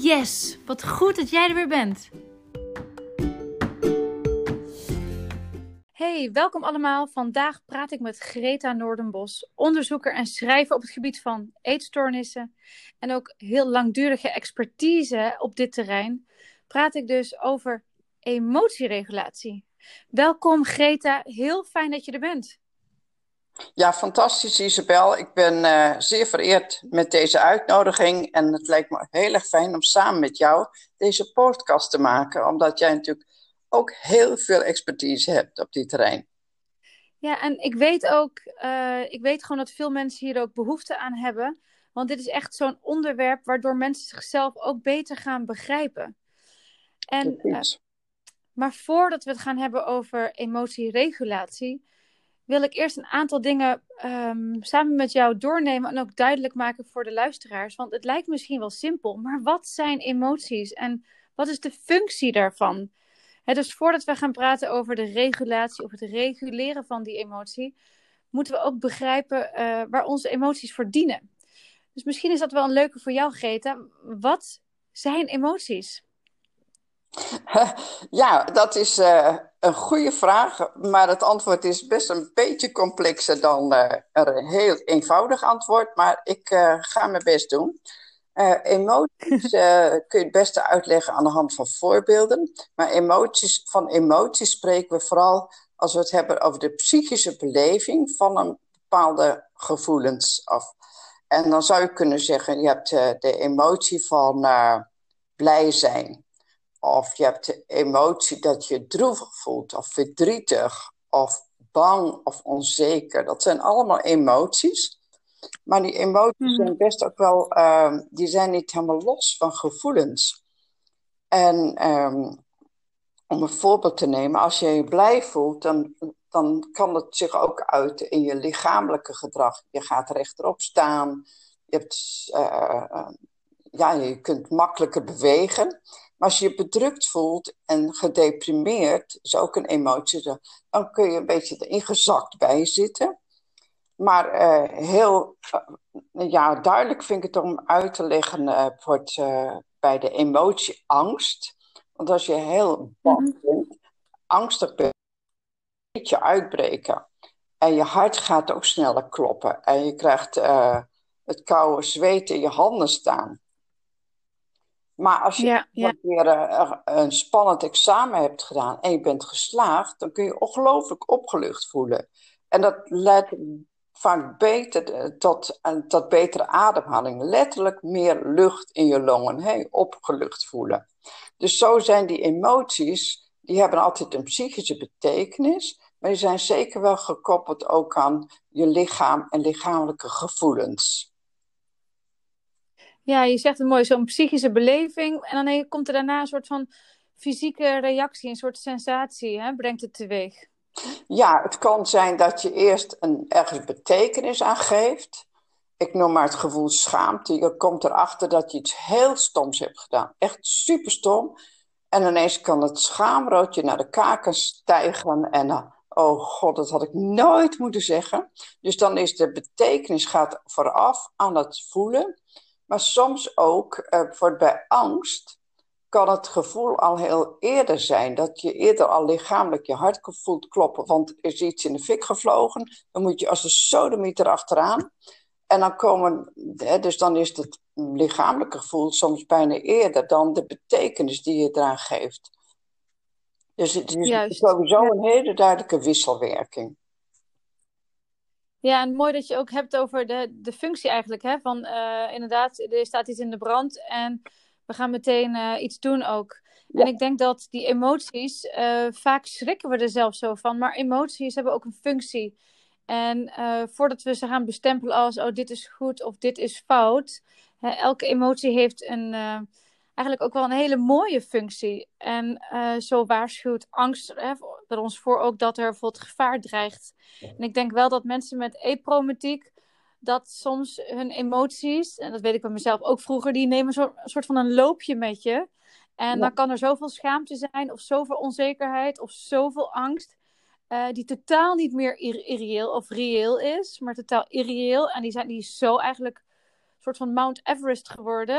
Yes, wat goed dat jij er weer bent. Hey, welkom allemaal. Vandaag praat ik met Greta Noordenbos, onderzoeker en schrijver op het gebied van eetstoornissen en ook heel langdurige expertise op dit terrein. Praat ik dus over emotieregulatie. Welkom Greta, heel fijn dat je er bent. Ja, fantastisch Isabel. Ik ben zeer vereerd met deze uitnodiging. En het lijkt me heel erg fijn om samen met jou deze podcast te maken. Omdat jij natuurlijk ook heel veel expertise hebt op dit terrein. Ja, en ik weet gewoon dat veel mensen hier ook behoefte aan hebben. Want dit is echt zo'n onderwerp waardoor mensen zichzelf ook beter gaan begrijpen. Maar voordat we het gaan hebben over emotieregulatie, wil ik eerst een aantal dingen samen met jou doornemen en ook duidelijk maken voor de luisteraars. Want het lijkt misschien wel simpel, maar wat zijn emoties en wat is de functie daarvan? Dus voordat we gaan praten over de regulatie of het reguleren van die emotie, moeten we ook begrijpen waar onze emoties voor dienen. Dus misschien is dat wel een leuke voor jou, Greta. Wat zijn emoties? Ja, dat is een goede vraag. Maar het antwoord is best een beetje complexer dan een heel eenvoudig antwoord. Maar ik ga mijn best doen. Emoties kun je het beste uitleggen aan de hand van voorbeelden. Maar van emoties spreken we vooral als we het hebben over de psychische beleving van een bepaalde gevoelens. En dan zou je kunnen zeggen, je hebt de emotie van blij zijn. Of je hebt de emotie dat je droevig voelt, of verdrietig, of bang of onzeker. Dat zijn allemaal emoties. Maar die emoties zijn best ook wel, die zijn niet helemaal los van gevoelens. En om een voorbeeld te nemen, als je je blij voelt, dan kan het zich ook uiten in je lichamelijke gedrag. Je gaat rechterop staan, je kunt makkelijker bewegen. Maar als je je bedrukt voelt en gedeprimeerd, is ook een emotie, dan kun je een beetje ingezakt bij zitten. Maar duidelijk vind ik het om uit te leggen bij de emotie angst. Want als je heel bang bent, angstig bent, moet je uitbreken. En je hart gaat ook sneller kloppen. En je krijgt het koude zweet in je handen staan. Maar als je weer een spannend examen hebt gedaan en je bent geslaagd, dan kun je ongelooflijk opgelucht voelen. En dat leidt vaak beter tot betere ademhaling. Letterlijk meer lucht in je longen, opgelucht voelen. Dus zo zijn die emoties, die hebben altijd een psychische betekenis, maar die zijn zeker wel gekoppeld ook aan je lichaam en lichamelijke gevoelens. Ja, je zegt het mooi, zo'n psychische beleving. En dan komt er daarna een soort van fysieke reactie, een soort sensatie, brengt het teweeg. Ja, het kan zijn dat je eerst ergens betekenis aan geeft. Ik noem maar het gevoel schaamte. Je komt erachter dat je iets heel stoms hebt gedaan. Echt super stom. En ineens kan het schaamroodje naar de kaken stijgen. En oh god, dat had ik nooit moeten zeggen. Dus dan is de betekenis gaat vooraf aan het voelen. Maar soms ook, bijvoorbeeld bij angst, kan het gevoel al heel eerder zijn. Dat je eerder al lichamelijk je hart voelt kloppen. Want er is iets in de fik gevlogen. Dan moet je als een sodemieter achteraan. En dan is het lichamelijke gevoel soms bijna eerder dan de betekenis die je eraan geeft. Dus het is sowieso een hele duidelijke wisselwerking. Ja, en mooi dat je ook hebt over de functie eigenlijk. Van inderdaad, er staat iets in de brand en we gaan meteen iets doen ook. Ja. En ik denk dat die emoties, vaak schrikken we er zelf zo van, maar emoties hebben ook een functie. En voordat we ze gaan bestempelen als, oh, dit is goed of dit is fout. Elke emotie heeft eigenlijk ook wel een hele mooie functie. En zo waarschuwt angst er ons voor ook dat er bijvoorbeeld gevaar dreigt. En ik denk wel dat mensen met eetproblematiek, dat soms hun emoties, en dat weet ik bij mezelf ook vroeger, die nemen een soort van een loopje met je. En dan kan er zoveel schaamte zijn, of zoveel onzekerheid, of zoveel angst, die totaal niet meer irreëel of reëel is, maar totaal irreëel. En die is zo eigenlijk een soort van Mount Everest geworden.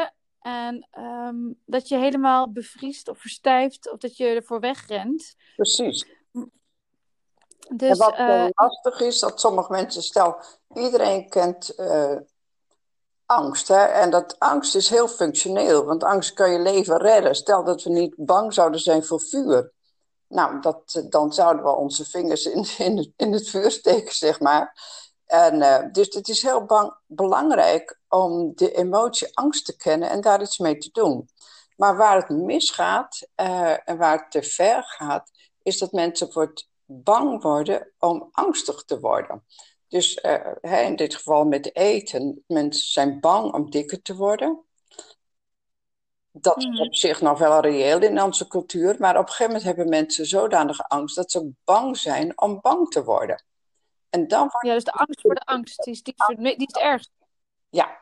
En dat je helemaal bevriest of verstijft of dat je ervoor wegrent. Precies. En Dus wat zo lastig is, dat sommige mensen, stel, iedereen kent angst. Hè? En dat angst is heel functioneel, want angst kan je leven redden. Stel dat we niet bang zouden zijn voor vuur. Nou, dan zouden we onze vingers in het vuur steken, zeg maar. En, dus het is heel belangrijk om de emotie angst te kennen en daar iets mee te doen. Maar waar het misgaat en waar het te ver gaat, is dat mensen bang worden om angstig te worden. Dus in dit geval met eten. Mensen zijn bang om dikker te worden. Dat is op zich nog wel reëel in onze cultuur. Maar op een gegeven moment hebben mensen zodanige angst dat ze bang zijn om bang te worden. En dan wordt ja, dus de angst voor de angst, die is het ergst. ja,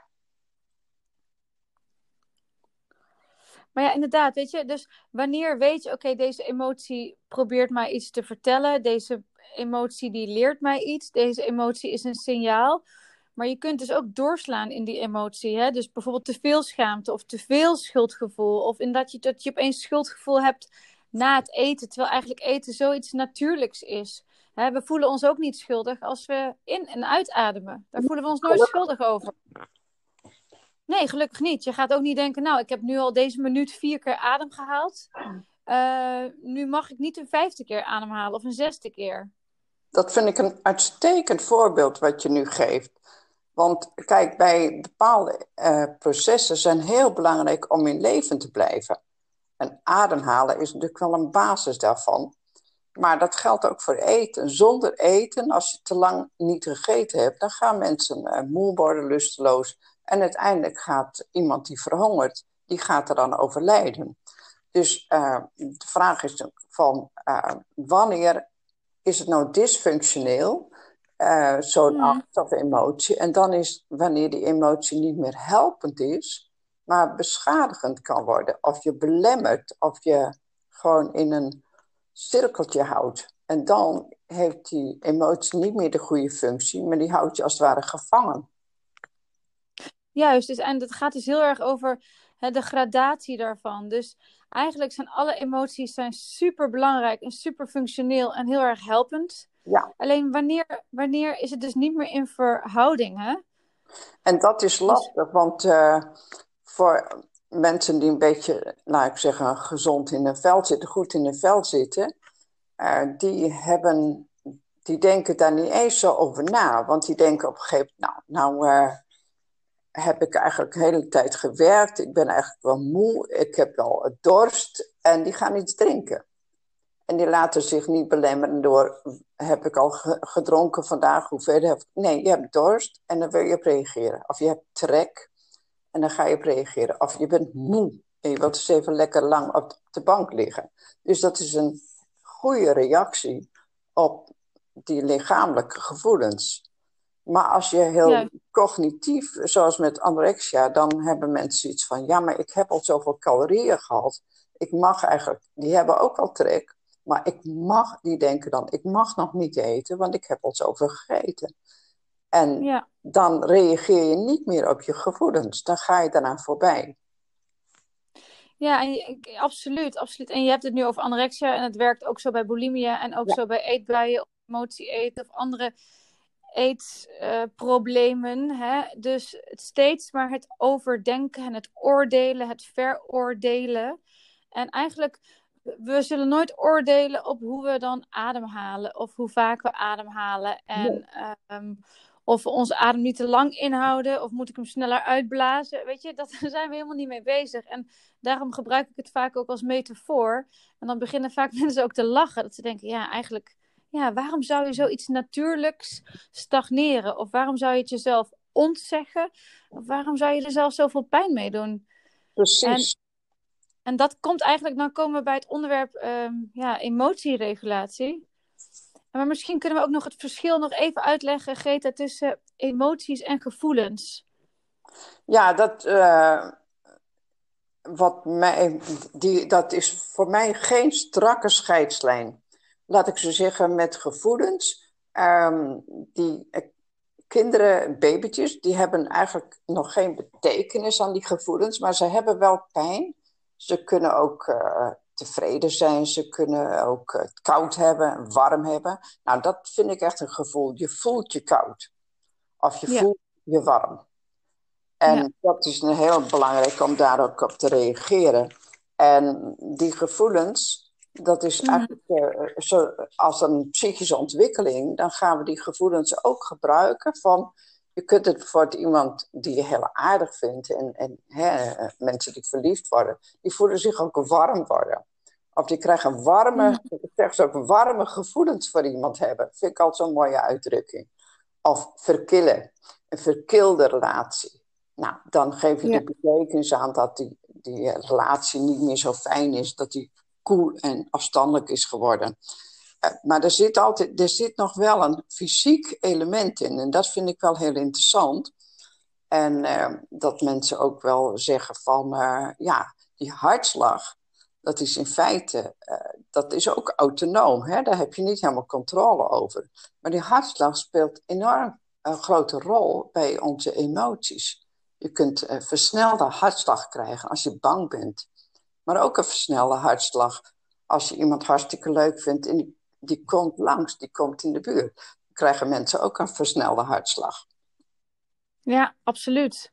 Maar ja, inderdaad, weet je, dus wanneer weet je, oké, deze emotie probeert mij iets te vertellen, deze emotie die leert mij iets, deze emotie is een signaal. Maar je kunt dus ook doorslaan in die emotie. Hè? Dus bijvoorbeeld te veel schaamte of te veel schuldgevoel. Of dat je opeens schuldgevoel hebt na het eten. Terwijl eigenlijk eten zoiets natuurlijks is. Hè? We voelen ons ook niet schuldig als we in- en uitademen. Daar voelen we ons nooit schuldig over. Nee, gelukkig niet. Je gaat ook niet denken, nou, ik heb nu al deze minuut 4 keer adem gehaald. Nu mag ik niet een 5e keer ademhalen of een 6e keer. dat vind ik een uitstekend voorbeeld wat je nu geeft. Want kijk, bij bepaalde processen zijn heel belangrijk om in leven te blijven. En ademhalen is natuurlijk wel een basis daarvan. Maar dat geldt ook voor eten. Zonder eten, als je te lang niet gegeten hebt, dan gaan mensen moe worden, lusteloos. En uiteindelijk gaat iemand die verhongert, die gaat er dan overlijden. Dus de vraag is van wanneer is het nou dysfunctioneel, zo'n angst of emotie. En dan is wanneer die emotie niet meer helpend is, maar beschadigend kan worden. Of je belemmert, of je gewoon in een cirkeltje houdt. En dan heeft die emotie niet meer de goede functie, maar die houdt je als het ware gevangen. Juist, dus, en het gaat dus heel erg over de gradatie daarvan. Dus eigenlijk zijn alle emoties super belangrijk en super functioneel en heel erg helpend. Ja, Alleen wanneer is het dus niet meer in verhouding, hè? en dat is Dus, lastig, want voor mensen die een beetje, laat ik zeggen, gezond in hun vel zitten, goed in hun vel zitten, die denken daar niet eens zo over na. Want die denken op een gegeven moment, nou heb ik eigenlijk de hele tijd gewerkt. Ik ben eigenlijk wel moe. Ik heb wel dorst. En die gaan iets drinken. En die laten zich niet belemmeren door, heb ik al gedronken vandaag? Hoeveel heb ik? Nee, je hebt dorst en dan wil je op reageren. Of je hebt trek en dan ga je op reageren. Of je bent moe en je wilt dus even lekker lang op de bank liggen. Dus dat is een goede reactie op die lichamelijke gevoelens. Maar als je heel ja, cognitief, zoals met anorexia, dan hebben mensen iets van, ja, maar ik heb al zoveel calorieën gehad. Ik mag eigenlijk, die hebben ook al trek, maar die denken dan, ik mag nog niet eten, want ik heb al zoveel gegeten. En ja. dan reageer je niet meer op je gevoelens, dan ga je daaraan voorbij. Ja, absoluut, absoluut. En je hebt het nu over anorexia en het werkt ook zo bij bulimia en ook Ja, zo bij eetbuien of emotie eten of andere eetproblemen. Dus steeds maar het overdenken en het oordelen, het veroordelen. En eigenlijk, we zullen nooit oordelen op hoe we dan ademhalen of hoe vaak we ademhalen. En of we onze adem niet te lang inhouden of moet ik hem sneller uitblazen. Weet je, daar zijn we helemaal niet mee bezig. En daarom gebruik ik het vaak ook als metafoor. En dan beginnen vaak mensen ook te lachen. Dat ze denken, ja, eigenlijk, ja, waarom zou je zoiets natuurlijks stagneren? Of waarom zou je het jezelf ontzeggen? Of waarom zou je er zelf zoveel pijn mee doen? En, precies. en dat komt eigenlijk, dan komen we bij het onderwerp emotieregulatie. Maar misschien kunnen we ook nog het verschil nog even uitleggen, Greta, tussen emoties en gevoelens. Ja, dat is voor mij geen strakke scheidslijn. Laat ik zo zeggen, met gevoelens. kinderen, babytjes, die hebben eigenlijk nog geen betekenis aan die gevoelens, maar ze hebben wel pijn. Ze kunnen ook tevreden zijn, ze kunnen ook het koud hebben, warm hebben. Nou, dat vind ik echt een gevoel. Je voelt je koud of je Ja, voelt je warm. ja. En dat is heel belangrijk om daar ook op te reageren. En die gevoelens, dat is Mhm. eigenlijk als een psychische ontwikkeling, dan gaan we die gevoelens ook gebruiken van, je kunt het voor iemand die je heel aardig vindt en mensen die verliefd worden, die voelen zich ook warm worden. Of die krijgen Mhm. warme gevoelens voor iemand hebben. Vind ik al zo'n mooie uitdrukking. Of verkillen, een verkilde relatie. Nou, dan geef je Ja. de betekenis aan dat die relatie niet meer zo fijn is, dat die koel en afstandelijk is geworden. Maar er zit nog wel een fysiek element in. En dat vind ik wel heel interessant. En dat mensen ook wel zeggen van, ja, die hartslag, dat is in feite, dat is ook autonoom. Hè? Daar heb je niet helemaal controle over. Maar die hartslag speelt enorm een grote rol bij onze emoties. Je kunt versnelde hartslag krijgen als je bang bent. Maar ook een versnelde hartslag als je iemand hartstikke leuk vindt en die komt langs, die komt in de buurt. Dan krijgen mensen ook een versnelde hartslag. Ja, absoluut.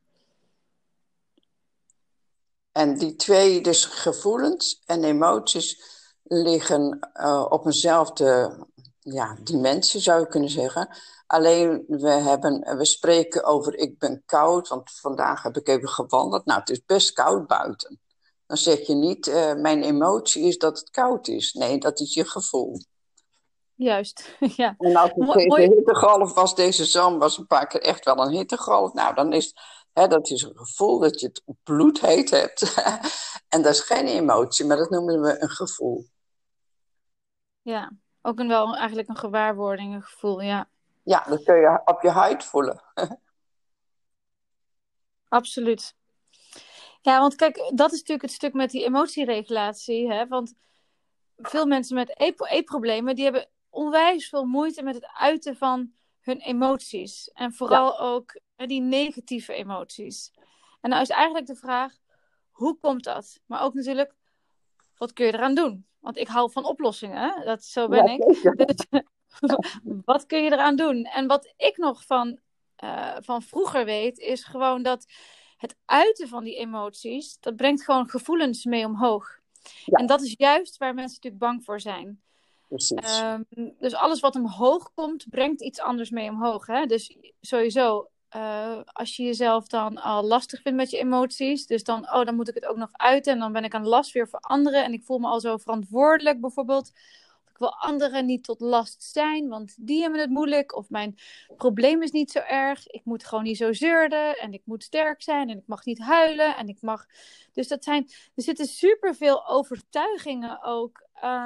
En die twee, dus gevoelens en emoties, liggen op eenzelfde dimensie, zou je kunnen zeggen. Alleen we spreken over ik ben koud, want vandaag heb ik even gewandeld. Nou, het is best koud buiten. Dan zeg je niet, mijn emotie is dat het koud is. Nee, dat is je gevoel. Juist. Ja. En als het deze Mooi. hittegolf was, deze zomer was een paar keer echt wel een hittegolf. Nou, dan is dat is een gevoel dat je het bloedheet hebt. En dat is geen emotie, maar dat noemen we een gevoel. Ja. Ook wel eigenlijk een gewaarwording, een gevoel. Ja, Ja, dat kun je op je huid voelen. absoluut. Ja, want kijk, dat is natuurlijk het stuk met die emotieregulatie. Hè? Want veel mensen met eetproblemen, die hebben onwijs veel moeite met het uiten van hun emoties. En Ja, vooral ook die negatieve emoties. En nou is eigenlijk de vraag, hoe komt dat? Maar ook natuurlijk, wat kun je eraan doen? Want ik hou van oplossingen, hè? Zo ben ja, ik. zeker. Dus wat kun je eraan doen? En wat ik nog van vroeger weet, is gewoon dat het uiten van die emoties, dat brengt gewoon gevoelens mee omhoog. Ja, En dat is juist waar mensen natuurlijk bang voor zijn. precies. Dus alles wat omhoog komt, brengt iets anders mee omhoog. Hè? Dus sowieso, als je jezelf dan al lastig vindt met je emoties, dus dan moet ik het ook nog uiten en dan ben ik aan last weer voor anderen en ik voel me al zo verantwoordelijk bijvoorbeeld. Ik wil anderen niet tot last zijn, want die hebben het moeilijk. Of mijn probleem is niet zo erg. Ik moet gewoon niet zo zeuren. En ik moet sterk zijn. En ik mag niet huilen. En ik mag... Dus er zitten superveel overtuigingen ook.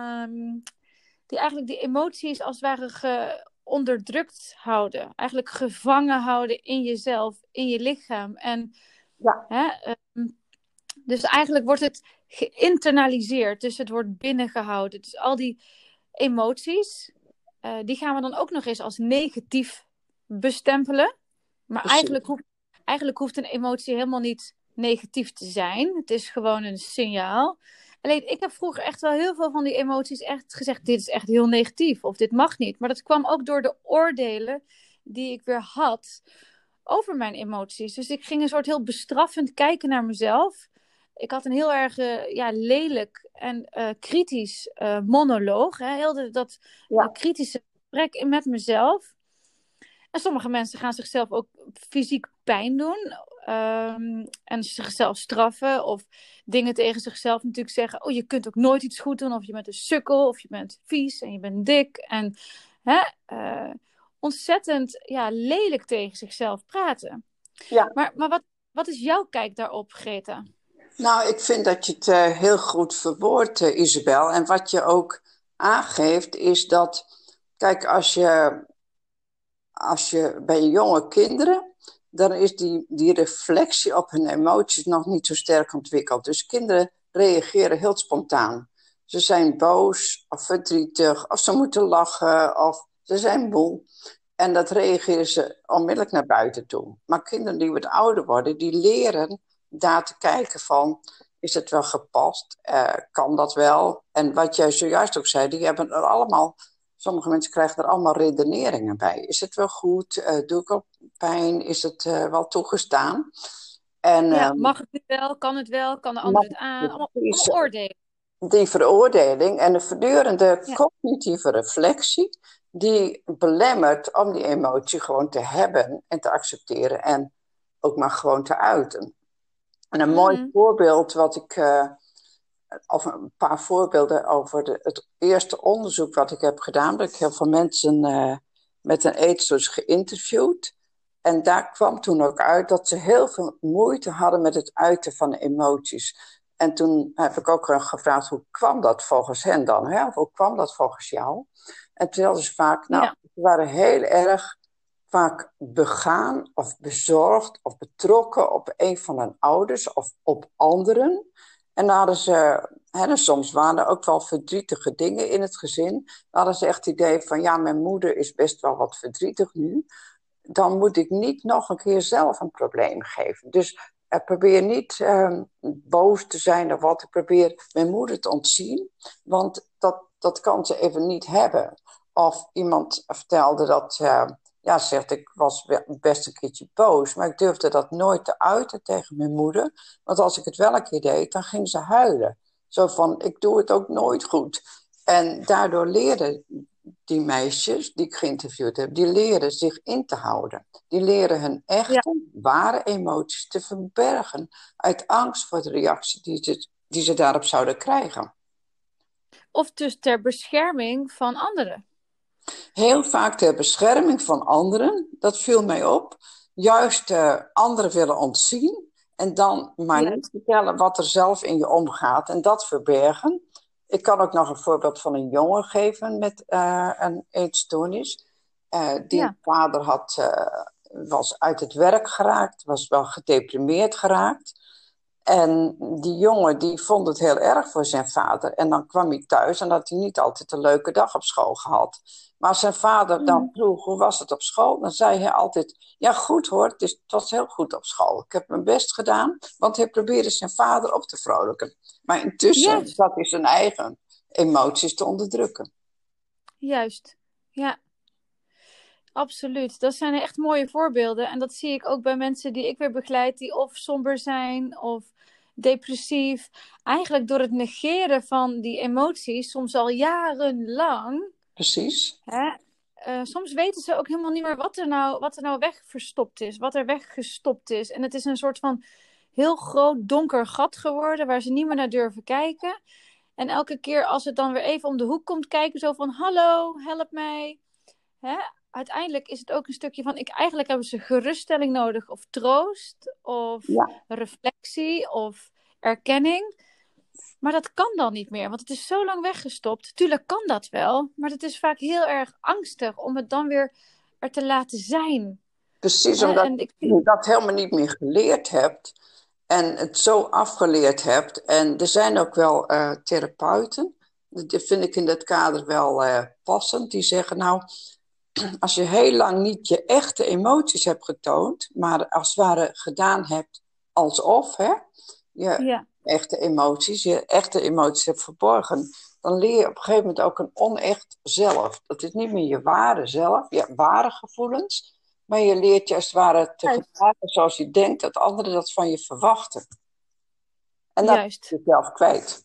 Die eigenlijk die emoties als het ware onderdrukt houden. Eigenlijk gevangen houden in jezelf, in je lichaam. En Ja, hè, dus eigenlijk wordt het geïnternaliseerd. Dus het wordt binnengehouden. Dus al die emoties, die gaan we dan ook nog eens als negatief bestempelen. Maar precies. eigenlijk hoeft een emotie helemaal niet negatief te zijn. Het is gewoon een signaal. Alleen, ik heb vroeger echt wel heel veel van die emoties echt gezegd, dit is echt heel negatief of dit mag niet. Maar dat kwam ook door de oordelen die ik weer had over mijn emoties. Dus ik ging een soort heel bestraffend kijken naar mezelf. Ik had een heel erg lelijk en kritisch monoloog. Hè? Dat Ja, kritische gesprek met mezelf. En sommige mensen gaan zichzelf ook fysiek pijn doen. En zichzelf straffen. Of dingen tegen zichzelf natuurlijk zeggen. Oh, je kunt ook nooit iets goed doen. Of je bent een sukkel. Of je bent vies. En je bent dik. En hè, ontzettend lelijk tegen zichzelf praten. ja. Maar wat is jouw kijk daarop, Greta? Nou, ik vind dat je het heel goed verwoordt, Isabel. En wat je ook aangeeft, is dat, kijk, als je bij jonge kinderen, dan is die reflectie op hun emoties nog niet zo sterk ontwikkeld. Dus kinderen reageren heel spontaan. Ze zijn boos of verdrietig, of ze moeten lachen, of ze zijn moe. En dat reageren ze onmiddellijk naar buiten toe. Maar kinderen die wat ouder worden, die leren daar te kijken van, is het wel gepast? Kan dat wel? En wat jij zojuist ook zei, die hebben er allemaal, sommige mensen krijgen er allemaal redeneringen bij. Is het wel goed? Doe ik ook pijn? Is het wel toegestaan? En Ja, mag het nu wel? Kan het wel? Kan de ander het aan? Allemaal oordelen. die veroordeling en de voortdurende Ja. cognitieve reflectie, die belemmert om die emotie gewoon te hebben en te accepteren en ook maar gewoon te uiten. En een mooi voorbeeld wat ik, of een paar voorbeelden over het eerste onderzoek wat ik heb gedaan, dat ik heel veel mensen met een eetstoornis geïnterviewd. En daar kwam toen ook uit dat ze heel veel moeite hadden met het uiten van de emoties. En toen heb ik ook gevraagd, hoe kwam dat volgens hen dan? Hè? Hoe kwam dat volgens jou? En toen hadden ze vaak, ze waren heel erg vaak begaan of bezorgd of betrokken op een van hun ouders of op anderen. En dan hadden ze, soms waren er ook wel verdrietige dingen in het gezin. Dan hadden ze echt het idee van, ja, mijn moeder is best wel wat verdrietig nu. Dan moet ik niet nog een keer zelf een probleem geven. Dus probeer niet boos te zijn of wat. Ik probeer mijn moeder te ontzien, want dat kan ze even niet hebben. Of iemand vertelde dat, zegt, ik was best een keertje boos, maar ik durfde dat nooit te uiten tegen mijn moeder. Want als ik het wel een keer deed, dan ging ze huilen. Zo van, ik doe het ook nooit goed. En daardoor leerden die meisjes die ik geïnterviewd heb, die leren zich in te houden. Die leren hun echte, ware emoties te verbergen uit angst voor de reactie die ze daarop zouden krijgen. Of dus ter bescherming van anderen. Heel vaak ter bescherming van anderen, dat viel mij op. Juist anderen willen ontzien en dan maar niet vertellen wat er zelf in je omgaat en dat verbergen. Ik kan ook nog een voorbeeld van een jongen geven met een eetstoornis. Die vader was uit het werk geraakt, was wel gedeprimeerd geraakt. En die jongen die vond het heel erg voor zijn vader. En dan kwam hij thuis en had hij niet altijd een leuke dag op school gehad. Maar als zijn vader dan vroeg, hoe was het op school? Dan zei hij altijd, ja goed hoor, het was heel goed op school. Ik heb mijn best gedaan, want hij probeerde zijn vader op te vrolijken. Maar intussen zat hij zijn eigen emoties te onderdrukken. Juist, ja. Absoluut. Dat zijn echt mooie voorbeelden. En dat zie ik ook bij mensen die ik weer begeleid, die of somber zijn of depressief. Eigenlijk door het negeren van die emoties, soms al jarenlang. Precies. Soms weten ze ook helemaal niet meer wat er nou wegverstopt is, wat er weggestopt is. En het is een soort van heel groot donker gat geworden waar ze niet meer naar durven kijken. En elke keer als het dan weer even om de hoek komt kijken, zo van hallo, help mij. Uiteindelijk is het ook een stukje van, eigenlijk hebben ze geruststelling nodig, of troost, of reflectie, of erkenning. Maar dat kan dan niet meer, want het is zo lang weggestopt. Tuurlijk kan dat wel, maar het is vaak heel erg angstig om het dan weer er te laten zijn. Precies, omdat je dat helemaal niet meer geleerd hebt en het zo afgeleerd hebt. En er zijn ook wel therapeuten, dat vind ik in dat kader wel passend, die zeggen nou, als je heel lang niet je echte emoties hebt getoond, maar als het ware gedaan hebt alsof je echte emoties hebt verborgen, dan leer je op een gegeven moment ook een onecht zelf. Dat is niet meer je ware zelf, je ware gevoelens, maar je leert je als het ware te gedragen zoals je denkt dat anderen dat van je verwachten. En dat is je zelf kwijt.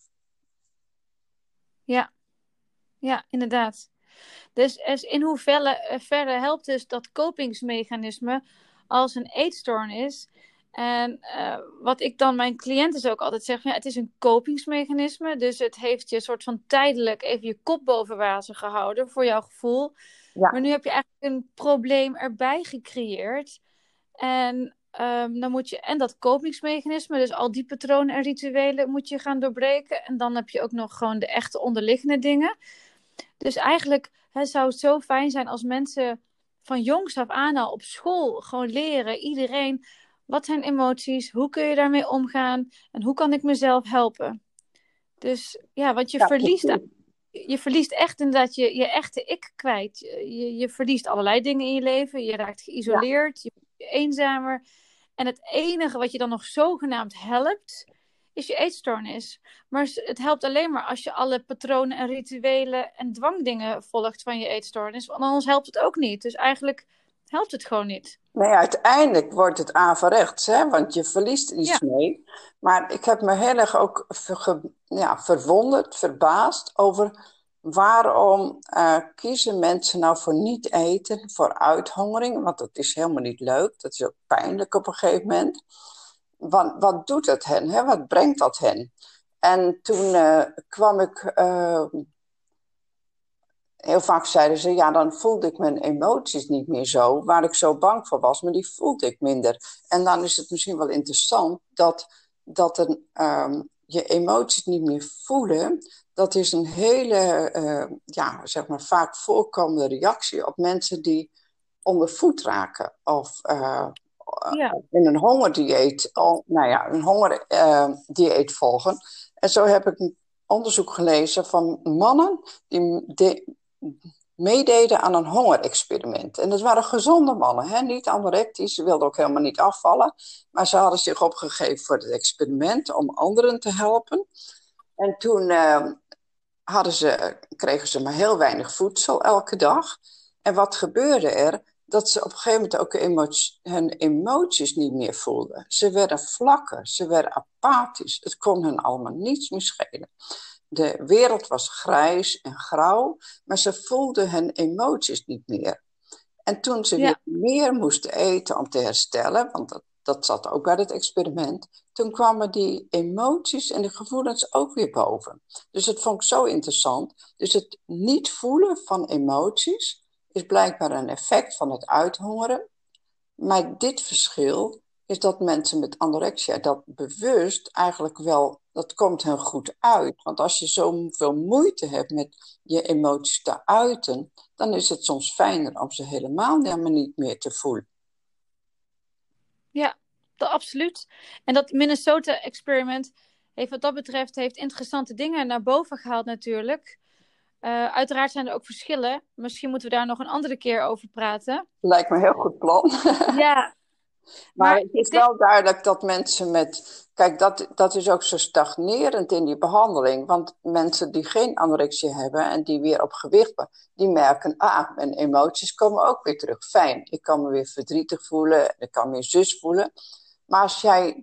Ja, inderdaad. Dus in hoeverre helpt dus dat kopingsmechanisme als een eetstoornis? En wat ik dan mijn cliënten ook altijd zeg, het is een kopingsmechanisme. Dus het heeft je soort van tijdelijk even je kop boven water gehouden voor jouw gevoel. Ja. Maar nu heb je eigenlijk een probleem erbij gecreëerd. En dan moet je, en dat kopingsmechanisme, dus al die patronen en rituelen moet je gaan doorbreken. En dan heb je ook nog gewoon de echte onderliggende dingen. Dus eigenlijk zou het zo fijn zijn als mensen van jongs af aan al op school gewoon leren, iedereen, wat zijn emoties, hoe kun je daarmee omgaan en hoe kan ik mezelf helpen. Dus ja, want je verliest je verliest echt inderdaad je echte ik kwijt. Je verliest allerlei dingen in je leven. Je raakt Ja, geïsoleerd, je wordt eenzamer. En het enige wat je dan nog zogenaamd helpt, is je eetstoornis. Maar het helpt alleen maar als je alle patronen en rituelen en dwangdingen volgt van je eetstoornis. Want anders helpt het ook niet. Dus eigenlijk helpt het gewoon niet. nee, uiteindelijk wordt het averechts, hè, want je verliest iets Ja, mee. Maar ik heb me heel erg ook verwonderd, verbaasd over waarom kiezen mensen nou voor niet eten, voor uithongering, want dat is helemaal niet leuk, dat is ook pijnlijk op een gegeven moment. Wat doet het hen, hè? Wat brengt dat hen? En toen kwam ik heel vaak zeiden ze, ja, dan voelde ik mijn emoties niet meer zo, waar ik zo bang voor was, maar die voelde ik minder. En dan is het misschien wel interessant dat je emoties niet meer voelen, dat is een hele, zeg maar, vaak voorkomende reactie op mensen die ondervoed raken of ja, in een hongerdieet, een hongerdieet volgen. En zo heb ik een onderzoek gelezen van mannen die meededen aan een hongerexperiment. En dat waren gezonde mannen, hè? Niet anorectisch, ze wilden ook helemaal niet afvallen. Maar ze hadden zich opgegeven voor het experiment om anderen te helpen. En toen kregen ze maar heel weinig voedsel elke dag. En wat gebeurde er? Dat ze op een gegeven moment ook hun emoties niet meer voelden. Ze werden vlakker, ze werden apathisch. Het kon hen allemaal niets meer schelen. De wereld was grijs en grauw, maar ze voelden hun emoties niet meer. En toen ze weer ja. meer moesten eten om te herstellen, want dat zat ook bij het experiment, toen kwamen die emoties en de gevoelens ook weer boven. Dus dat vond ik zo interessant. Dus het niet voelen van emoties is blijkbaar een effect van het uithongeren. Maar dit verschil is dat mensen met anorexia dat bewust eigenlijk wel, dat komt hen goed uit. Want als je zoveel moeite hebt met je emoties te uiten, dan is het soms fijner om ze helemaal niet meer te voelen. Ja, absoluut. En dat Minnesota-experiment heeft wat dat betreft heeft interessante dingen naar boven gehaald natuurlijk. Uiteraard zijn er ook verschillen. Misschien moeten we daar nog een andere keer over praten. Lijkt me een heel goed plan. Ja, Maar maar het is ik denk, wel duidelijk dat mensen met. Kijk, dat is ook zo stagnerend in die behandeling. Want mensen die geen anorexie hebben en die weer op gewicht zijn, die merken, mijn emoties komen ook weer terug. Fijn, ik kan me weer verdrietig voelen, ik kan me zus voelen. Maar als jij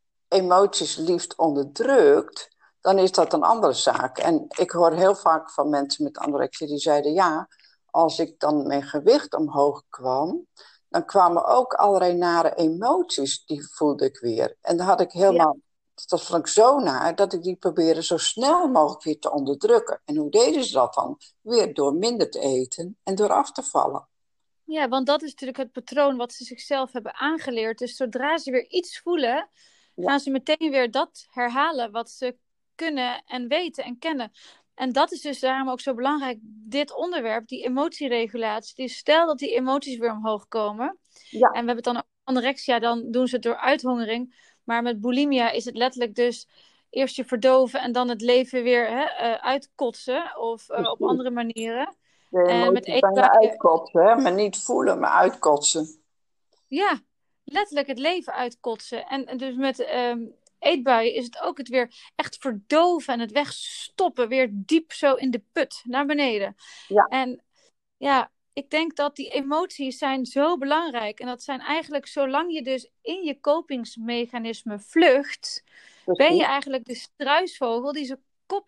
emoties liefst onderdrukt, dan is dat een andere zaak. En ik hoor heel vaak van mensen met anorexie die zeiden, ja, als ik dan mijn gewicht omhoog kwam, dan kwamen ook allerlei nare emoties, die voelde ik weer. En dan had ik ja, helemaal, dat vond ik zo naar, dat ik die probeerde zo snel mogelijk weer te onderdrukken. En hoe deden ze dat dan? Weer door minder te eten en door af te vallen. ja, want dat is natuurlijk het patroon wat ze zichzelf hebben aangeleerd. Dus zodra ze weer iets voelen, Ja, gaan ze meteen weer dat herhalen wat ze kunnen en weten en kennen. En dat is dus daarom ook zo belangrijk, dit onderwerp, die emotieregulatie. Die stel dat die emoties weer omhoog komen. ja, En we hebben het dan over anorexia, dan doen ze het door uithongering. Maar met bulimia is het letterlijk dus eerst je verdoven en dan het leven weer uitkotsen of op precies. andere manieren. De En met emoties bijna eetbuien, uitkotsen, hè? Maar niet voelen, maar uitkotsen. ja, letterlijk het leven uitkotsen. En dus met eetbuien is het ook het weer echt verdoven en het wegstoppen, weer diep zo in de put naar beneden. Ja, En ja, ik denk dat die emoties zijn zo belangrijk. En dat zijn eigenlijk, zolang je dus in je kopingsmechanisme vlucht, ben je precies. eigenlijk de struisvogel die zijn kop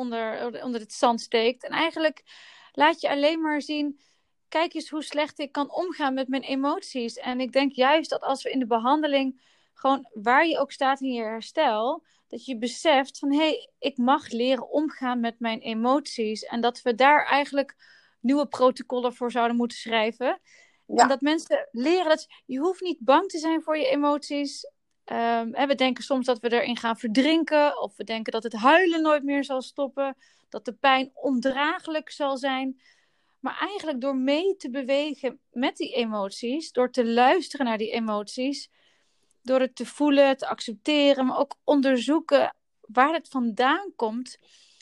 onder het zand steekt. En eigenlijk laat je alleen maar zien, kijk eens hoe slecht ik kan omgaan met mijn emoties. En ik denk juist dat als we in de behandeling, gewoon waar je ook staat in je herstel, dat je beseft van, hé, ik mag leren omgaan met mijn emoties. En dat we daar eigenlijk nieuwe protocollen voor zouden moeten schrijven. En Ja, dat mensen leren dat je hoeft niet bang te zijn voor je emoties. We denken soms dat we erin gaan verdrinken. Of we denken dat het huilen nooit meer zal stoppen. Dat de pijn ondraaglijk zal zijn. Maar eigenlijk door mee te bewegen met die emoties. Door te luisteren naar die emoties. Door het te voelen, te accepteren. Maar ook onderzoeken waar het vandaan komt.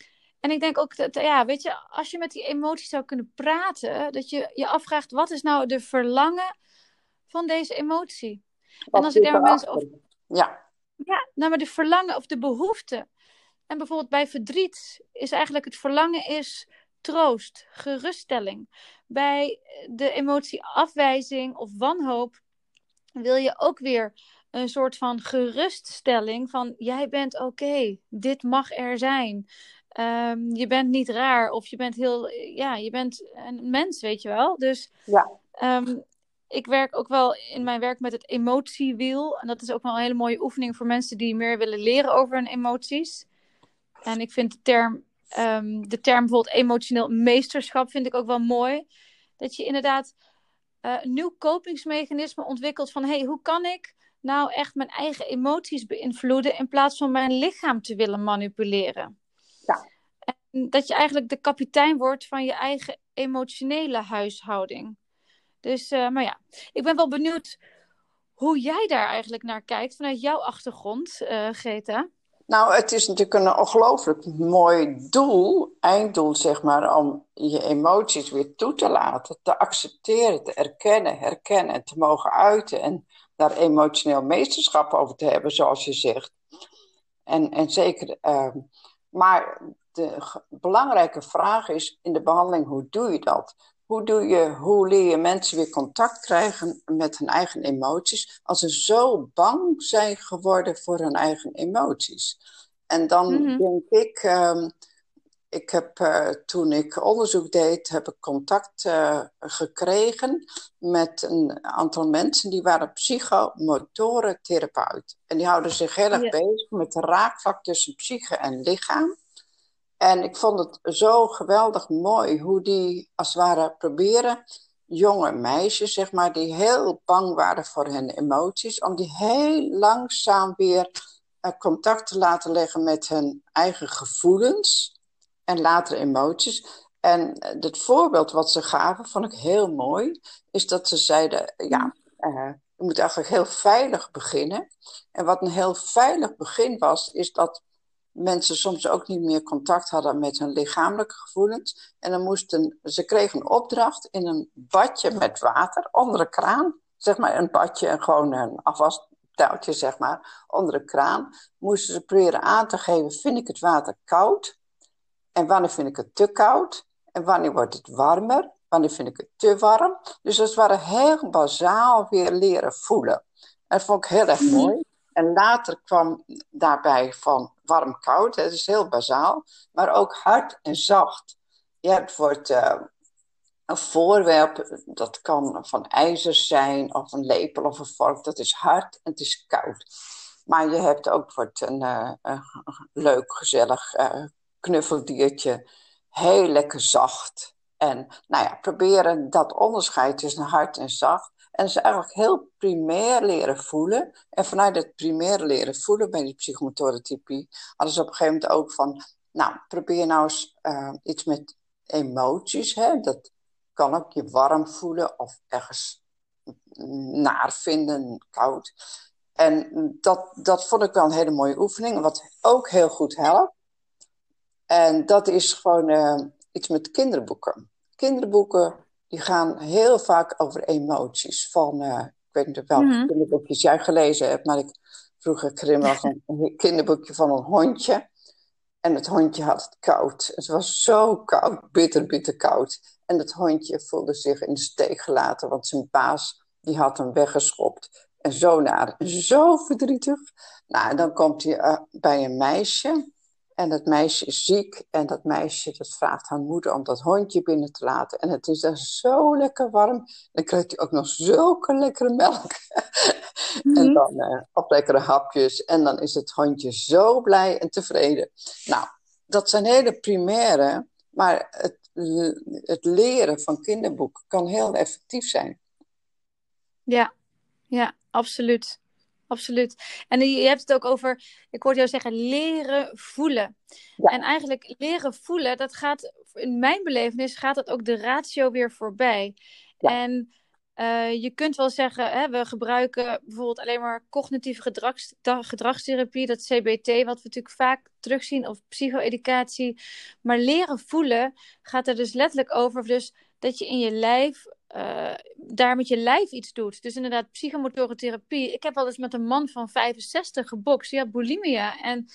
En ik denk ook dat, ja, weet je, als je met die emoties zou kunnen praten, dat je je afvraagt, wat is nou de verlangen van deze emotie? En Wat als ik zit daar met mensen erachter? over, Ja, ja, nou maar de verlangen of de behoefte. En bijvoorbeeld bij verdriet is eigenlijk het verlangen is troost, geruststelling. Bij de emotie afwijzing of wanhoop wil je ook weer een soort van geruststelling van jij bent oké, dit mag er zijn. Je bent niet raar of je bent heel, ja, je bent een mens, weet je wel. Dus ja. ehm, ik werk ook wel in mijn werk met het emotiewiel. En dat is ook wel een hele mooie oefening voor mensen die meer willen leren over hun emoties. En ik vind de term bijvoorbeeld emotioneel meesterschap vind ik ook wel mooi. Dat je inderdaad een nieuw kopingsmechanisme ontwikkelt van hey, hoe kan ik nou echt mijn eigen emoties beïnvloeden in plaats van mijn lichaam te willen manipuleren. Ja. En dat je eigenlijk de kapitein wordt van je eigen emotionele huishouding. Dus, maar ja, ik ben wel benieuwd hoe jij daar eigenlijk naar kijkt vanuit jouw achtergrond, Greta. Nou, het is natuurlijk een ongelooflijk mooi doel, einddoel zeg maar, om je emoties weer toe te laten, te accepteren, te erkennen, herkennen en te mogen uiten en daar emotioneel meesterschap over te hebben, zoals je zegt. En zeker, maar de belangrijke vraag is in de behandeling, hoe doe je dat? Hoe leer je mensen weer contact krijgen met hun eigen emoties als ze zo bang zijn geworden voor hun eigen emoties? En dan Mhm. denk ik heb toen ik onderzoek deed, heb ik contact gekregen met een aantal mensen die waren psychomotoren therapeut. En die houden zich heel erg Ja. bezig met de raakvlak tussen psyche en lichaam. En ik vond het zo geweldig mooi hoe die als het ware proberen jonge meisjes, zeg maar, die heel bang waren voor hun emoties, om die heel langzaam weer contact te laten leggen met hun eigen gevoelens en later emoties. En het voorbeeld wat ze gaven, vond ik heel mooi, is dat ze zeiden, Mhm. ja, je moet eigenlijk heel veilig beginnen. En wat een heel veilig begin was, is dat mensen soms ook niet meer contact hadden met hun lichamelijke gevoelens. En dan ze kregen een opdracht in een badje met water onder de kraan. Zeg maar een badje en gewoon een afwastouwtje, zeg maar, onder de kraan. Moesten ze proberen aan te geven, vind ik het water koud? En wanneer vind ik het te koud? En wanneer wordt het warmer? Wanneer vind ik het te warm? Dus dat waren heel bazaal weer leren voelen. En dat vond ik heel erg Mhm. mooi. En later kwam daarbij van warm-koud, dat is heel bazaal, maar ook hard en zacht. Je hebt voor het, een voorwerp, dat kan van ijzer zijn, of een lepel of een vork, dat is hard en het is koud. Maar je hebt ook voor het een leuk, gezellig knuffeldiertje, heel lekker zacht. En nou ja, proberen dat onderscheid tussen hard en zacht. En ze eigenlijk heel primair leren voelen. En vanuit het primair leren voelen bij die psychomotorentherapie hadden ze op een gegeven moment ook van, nou, probeer nou eens iets met emoties. Hè? Dat kan ook je warm voelen of ergens naar vinden, koud. En dat vond ik wel een hele mooie oefening. Wat ook heel goed helpt. En dat is gewoon iets met kinderboeken. Kinderboeken die gaan heel vaak over emoties. Ik weet niet welke Mhm. kinderboekjes jij gelezen hebt, maar vroeger kreeg ik wel een kinderboekje van een hondje. En het hondje had het koud. Het was zo koud, bitter, bitter koud. En het hondje voelde zich in de steek gelaten, want zijn baas die had hem weggeschopt. En zo naar, zo verdrietig. Nou, en dan komt hij bij een meisje. En dat meisje is ziek. En dat meisje dat vraagt haar moeder om dat hondje binnen te laten. En het is daar zo lekker warm. Dan krijgt hij ook nog zulke lekkere melk. En Mhm. dan op lekkere hapjes. En dan is het hondje zo blij en tevreden. Nou, dat zijn hele primaire. Maar het leren van kinderboeken kan heel effectief zijn. Ja, ja, absoluut. Absoluut. En je hebt het ook over, ik hoorde jou zeggen, leren voelen. En Ja, eigenlijk leren voelen, dat gaat, in mijn belevenis, gaat dat ook de ratio weer voorbij. ja, En Je kunt wel zeggen, hè, we gebruiken bijvoorbeeld alleen maar cognitieve gedragstherapie, dat CBT, wat we natuurlijk vaak terugzien, of psycho-educatie. Maar leren voelen gaat er dus letterlijk over, dus dat je in je lijf, daar met je lijf iets doet. Dus inderdaad, psychomotorische therapie. Ik heb wel eens met een man van 65 gebokst, die had bulimia. En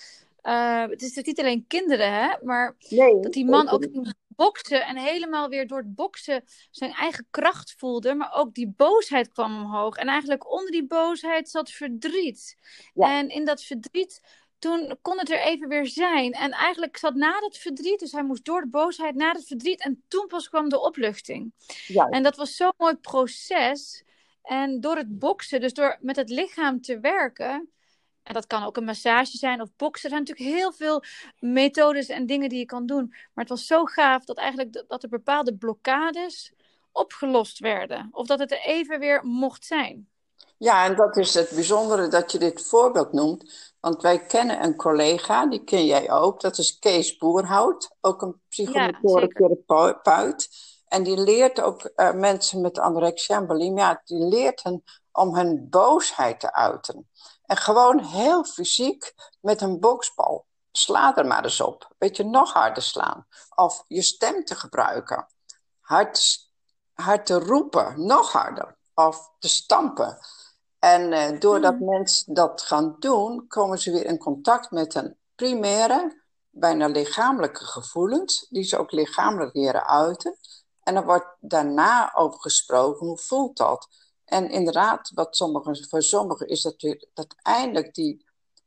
het is dus niet alleen kinderen, hè, maar dat Nee, die man ook ging boksen en helemaal weer door het boksen zijn eigen kracht voelde, maar ook die boosheid kwam omhoog. En eigenlijk onder die boosheid zat verdriet. ja, En in dat verdriet, toen kon het er even weer zijn. En eigenlijk zat na dat verdriet, dus hij moest door de boosheid naar het verdriet. En toen pas kwam de opluchting. En juist. dat was zo'n mooi proces. En door het boksen, dus door met het lichaam te werken. En dat kan ook een massage zijn of boksen. Er zijn natuurlijk heel veel methodes en dingen die je kan doen. Maar het was zo gaaf dat eigenlijk dat er bepaalde blokkades opgelost werden. Of dat het er even weer mocht zijn. Ja, en dat is het bijzondere dat je dit voorbeeld noemt. Want wij kennen een collega, die ken jij ook. Dat is Kees Boerhout, ook een Ja, psychomotorisch zeker. therapeut. En die leert ook mensen met anorexia en bulimia, die leert hen om hun boosheid te uiten. En gewoon heel fysiek met een boksbal. Sla er maar eens op. Weet je, nog harder slaan. Of je stem te gebruiken. Hard, hard te roepen, nog harder. Of te stampen. En doordat Mhm. mensen dat gaan doen, komen ze weer in contact met een primaire, bijna lichamelijke gevoelens, die ze ook lichamelijk leren uiten. En er wordt daarna over gesproken, hoe voelt dat? En inderdaad, voor sommigen is dat weer dat eindelijk die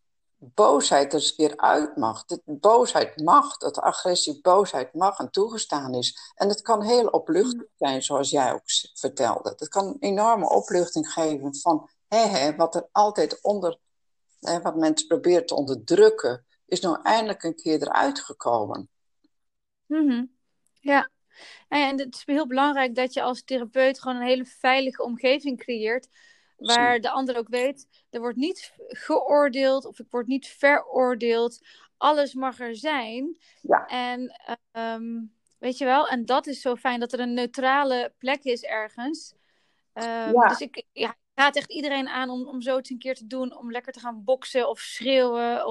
boosheid er eens een keer uit mag. Dat boosheid mag, dat agressie, boosheid mag en toegestaan is. En het kan heel opluchtend zijn, zoals jij ook vertelde. Het kan een enorme opluchting geven van wat er altijd onder, wat mensen proberen te onderdrukken, is nou eindelijk een keer eruit gekomen. Mhm. Ja. En het is heel belangrijk dat je als therapeut gewoon een hele veilige omgeving creëert. Waar de ander ook weet, er wordt niet geoordeeld of ik word niet veroordeeld. Alles mag er zijn. Ja, En weet je wel, en dat is zo fijn dat er een neutrale plek is ergens. Dus ja. ik raad echt iedereen aan om zoiets een keer te doen. Om lekker te gaan boksen of schreeuwen.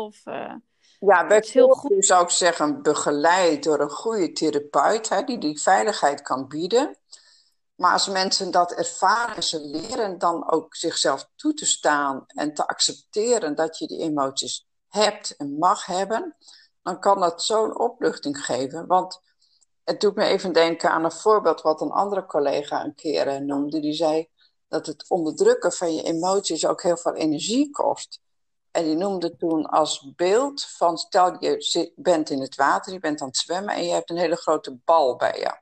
Ja, Het is heel goed. bijvoorbeeld zou ik zeggen, begeleid door een goede therapeut, die die veiligheid kan bieden. Maar als mensen dat ervaren en ze leren dan ook zichzelf toe te staan en te accepteren dat je die emoties hebt en mag hebben, dan kan dat zo'n opluchting geven. Want het doet me even denken aan een voorbeeld wat een andere collega een keer noemde. Die zei dat het onderdrukken van je emoties ook heel veel energie kost. En die noemde toen als beeld van stel bent in het water, je bent aan het zwemmen en je hebt een hele grote bal bij je.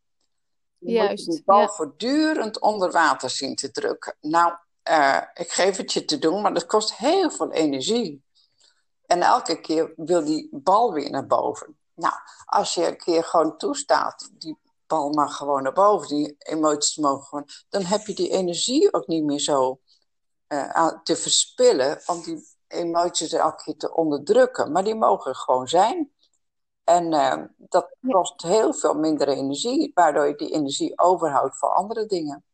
Dan moet je die Juist, bal ja. voortdurend onder water zien te drukken. Nou, ik geef het je te doen, maar dat kost heel veel energie. En elke keer wil die bal weer naar boven. Nou, als je een keer gewoon toestaat, die bal mag gewoon naar boven, die emoties mogen gewoon, dan heb je die energie ook niet meer zo te verspillen om die emoties elke keer te onderdrukken. Maar die mogen gewoon zijn. En dat Ja, kost heel veel minder energie, waardoor je die energie overhoudt voor andere dingen.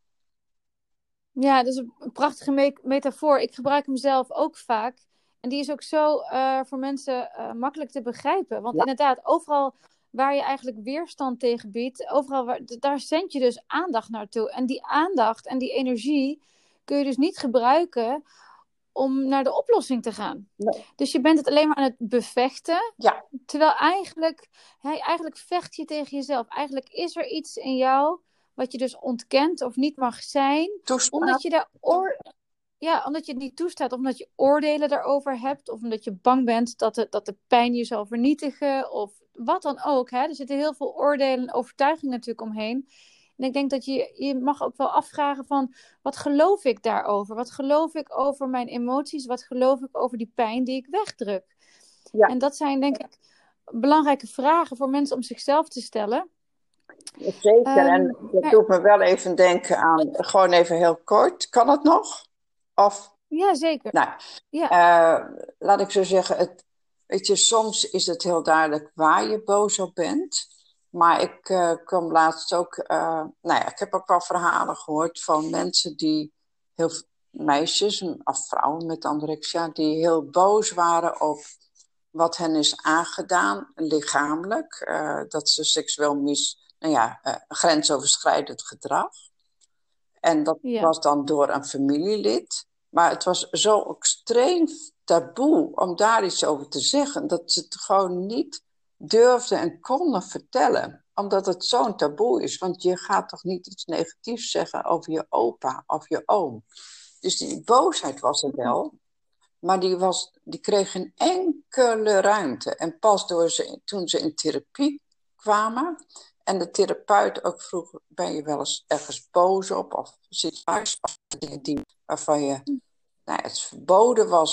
ja, dat is een prachtige metafoor. Ik gebruik hem zelf ook vaak. En die is ook zo voor mensen makkelijk te begrijpen. Want Ja, inderdaad, overal waar je eigenlijk weerstand tegen biedt, overal daar zend je dus aandacht naartoe. En die aandacht en die energie kun je dus niet gebruiken om naar de oplossing te gaan. nee, Dus je bent het alleen maar aan het bevechten. ja, Terwijl eigenlijk vecht je tegen jezelf. Eigenlijk is er iets in jou wat je dus ontkent of niet mag zijn, omdat toestaat. je omdat je het niet toestaat, of omdat je oordelen daarover hebt, of omdat je bang bent dat de pijn je zal vernietigen, of wat dan ook. Hè? Er zitten heel veel oordelen en overtuigingen natuurlijk omheen. En ik denk dat je mag ook wel afvragen van, wat geloof ik daarover? Wat geloof ik over mijn emoties? Wat geloof ik over die pijn die ik wegdruk? Ja, En dat zijn denk ik belangrijke vragen voor mensen om zichzelf te stellen. zeker. En dat Maar doet me wel even denken aan, gewoon even heel kort, kan het nog? Of, ja, zeker. nou, Ja. eh, laat ik zo zeggen, weet je, soms is het heel duidelijk waar je boos op bent. Maar ik kwam laatst ook, nou ja, ik heb ook wel verhalen gehoord van mensen die, meisjes of vrouwen met anorexia, die heel boos waren op wat hen is aangedaan, lichamelijk. Dat ze seksueel nou ja, grensoverschrijdend gedrag. En dat Ja, was dan door een familielid. Maar het was zo extreem taboe om daar iets over te zeggen, dat ze het gewoon niet durfden en konden vertellen. Omdat het zo'n taboe is. Want je gaat toch niet iets negatiefs zeggen over je opa of je oom. Dus die boosheid was er wel. Maar die kreeg geen enkele ruimte. En pas toen ze in therapie kwamen en de therapeut ook vroeg, ben je wel eens ergens boos op of situaties of dingen waarvan je, nou, het verboden was,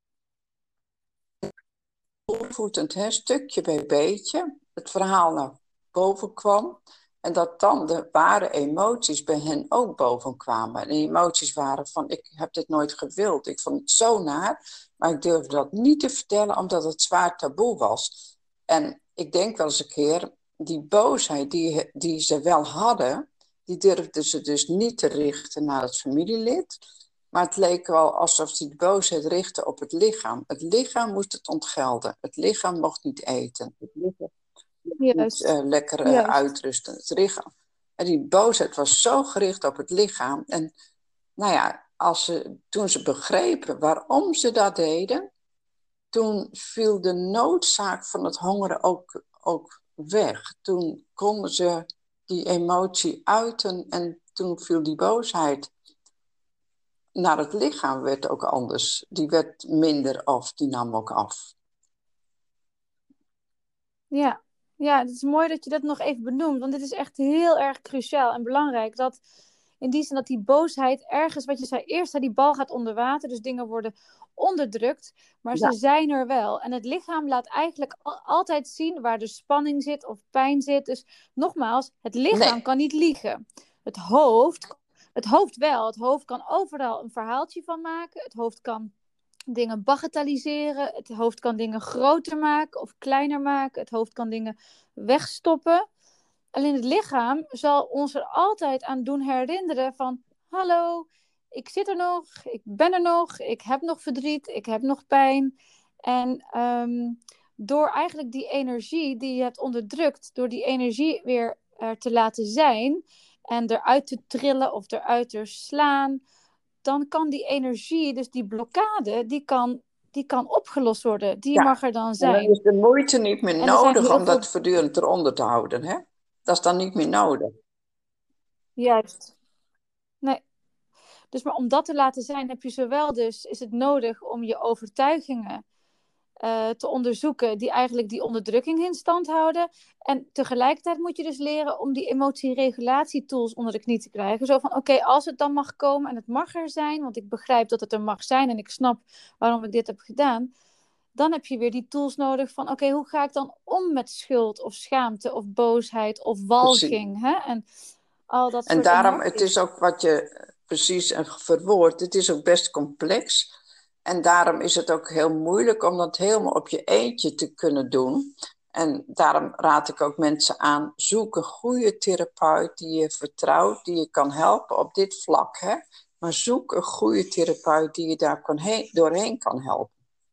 opvoedend, stukje bij beetje, het verhaal naar boven kwam. En dat dan de ware emoties bij hen ook boven kwamen. En die emoties waren van, ik heb dit nooit gewild. Ik vond het zo naar, maar ik durfde dat niet te vertellen, omdat het zwaar taboe was. En ik denk wel eens een keer, die boosheid die ze wel hadden, die durfden ze dus niet te richten naar het familielid. Maar het leek wel alsof ze de boosheid richtte op het lichaam. Het lichaam moest het ontgelden. Het lichaam mocht niet eten. Het lichaam mocht niet juist. lekker Juist. uitrusten. Het lichaam. En die boosheid was zo gericht op het lichaam. En nou ja, toen ze begrepen waarom ze dat deden, toen viel de noodzaak van het hongeren ook weg. Toen konden ze die emotie uiten en toen viel die boosheid naar het lichaam werd ook anders. Die werd minder of die nam ook af. Ja. Ja, het is mooi dat je dat nog even benoemt. Want dit is echt heel erg cruciaal en belangrijk. Dat in die zin dat die boosheid ergens, wat je zei eerst, die bal gaat onder water. Dus dingen worden onderdrukt. Maar ze Ja. zijn er wel. En het lichaam laat eigenlijk altijd zien waar de spanning zit of pijn zit. Dus nogmaals, het lichaam Nee. kan niet liegen. Het hoofd wel. Het hoofd kan overal een verhaaltje van maken. Het hoofd kan dingen bagatelliseren. Het hoofd kan dingen groter maken of kleiner maken. Het hoofd kan dingen wegstoppen. Alleen het lichaam zal ons er altijd aan doen herinneren van, hallo, ik zit er nog, ik ben er nog, ik heb nog verdriet, ik heb nog pijn. En door eigenlijk die energie die je hebt onderdrukt, door die energie weer te laten zijn en eruit te trillen of eruit te slaan, dan kan die energie, dus die blokkade, die kan opgelost worden. Die Ja. mag er dan En dan zijn. is de moeite niet meer En er zijn nodig heel om veel. dat voortdurend eronder te houden. Hè? Dat is dan niet meer nodig. Juist. Nee. Dus maar om dat te laten zijn, heb je zowel dus, is het nodig om je overtuigingen te onderzoeken die eigenlijk die onderdrukking in stand houden. En tegelijkertijd moet je dus leren om die emotieregulatietools onder de knie te krijgen. Zo van, oké, als het dan mag komen en het mag er zijn, want ik begrijp dat het er mag zijn en ik snap waarom ik dit heb gedaan. Dan heb je weer die tools nodig van, oké, hoe ga ik dan om met schuld of schaamte of boosheid of Precies. walging, hè? En al dat En soort daarom, het is emoties. ook wat je precies verwoordt, het is ook best complex. En daarom is het ook heel moeilijk om dat helemaal op je eentje te kunnen doen. En daarom raad ik ook mensen aan, zoek een goede therapeut die je vertrouwt, die je kan helpen op dit vlak. Hè? Maar zoek een goede therapeut die je daar doorheen kan helpen.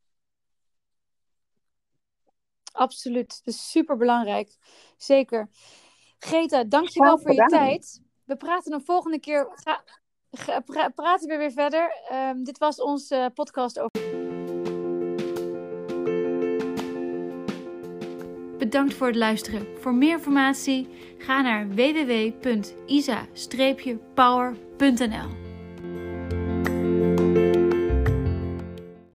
Absoluut, dat is super belangrijk. Zeker. Greta, dankjewel Graag voor je gedaan. tijd. We praten een volgende keer. Praten we weer verder. Dit was onze podcast over. Bedankt voor het luisteren. Voor meer informatie ga naar www.isa-power.nl